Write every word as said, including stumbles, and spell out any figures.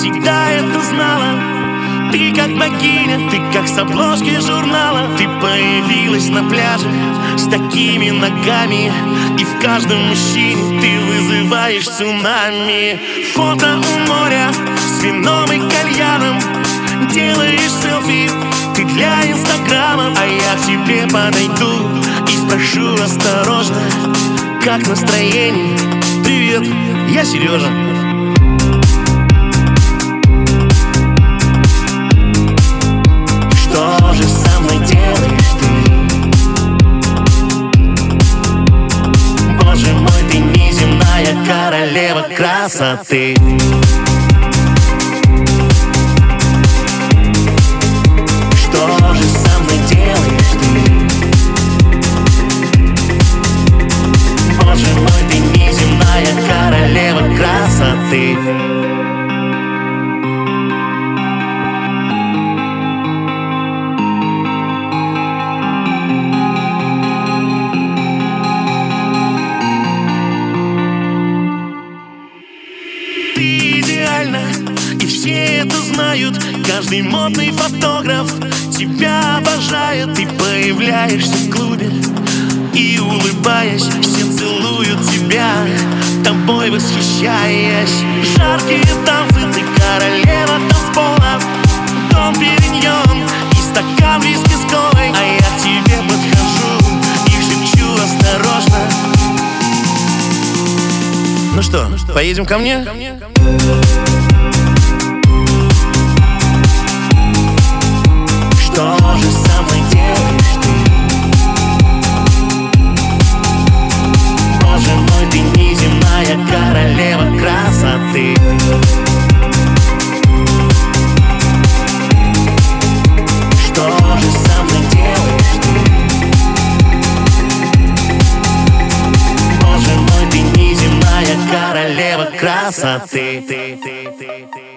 всегда это знала. Ты как богиня, ты как с обложки журнала. Ты появилась на пляже с такими ногами, и в каждом мужчине ты вызываешь цунами. Фото у моря с вином и кальяном, делаешь селфи ты для инстаграма. А я к тебе подойду и спрошу осторожно: как настроение? Привет, я Сережа. Что же со мной делаешь ты? Боже мой, ты неземная королева красоты. Что же со мной делаешь ты? Боже мой, ты неземная королева красоты. Ты идеальна, и все это знают. Каждый модный фотограф тебя обожает. Ты появляешься в клубе и, улыбаясь, все целуют тебя, тобой восхищаясь. Жаркие танцы, ты королева танцпола. Дом Периньон и стакан виски с колой. А я к тебе подхожу и шепчу осторожно: ну что, поедем ко мне? Что же со мной делаешь ты? Боже мой, ты неземная королева красоты. Что же со мной делаешь ты? Боже мой, ты неземная королева красоты.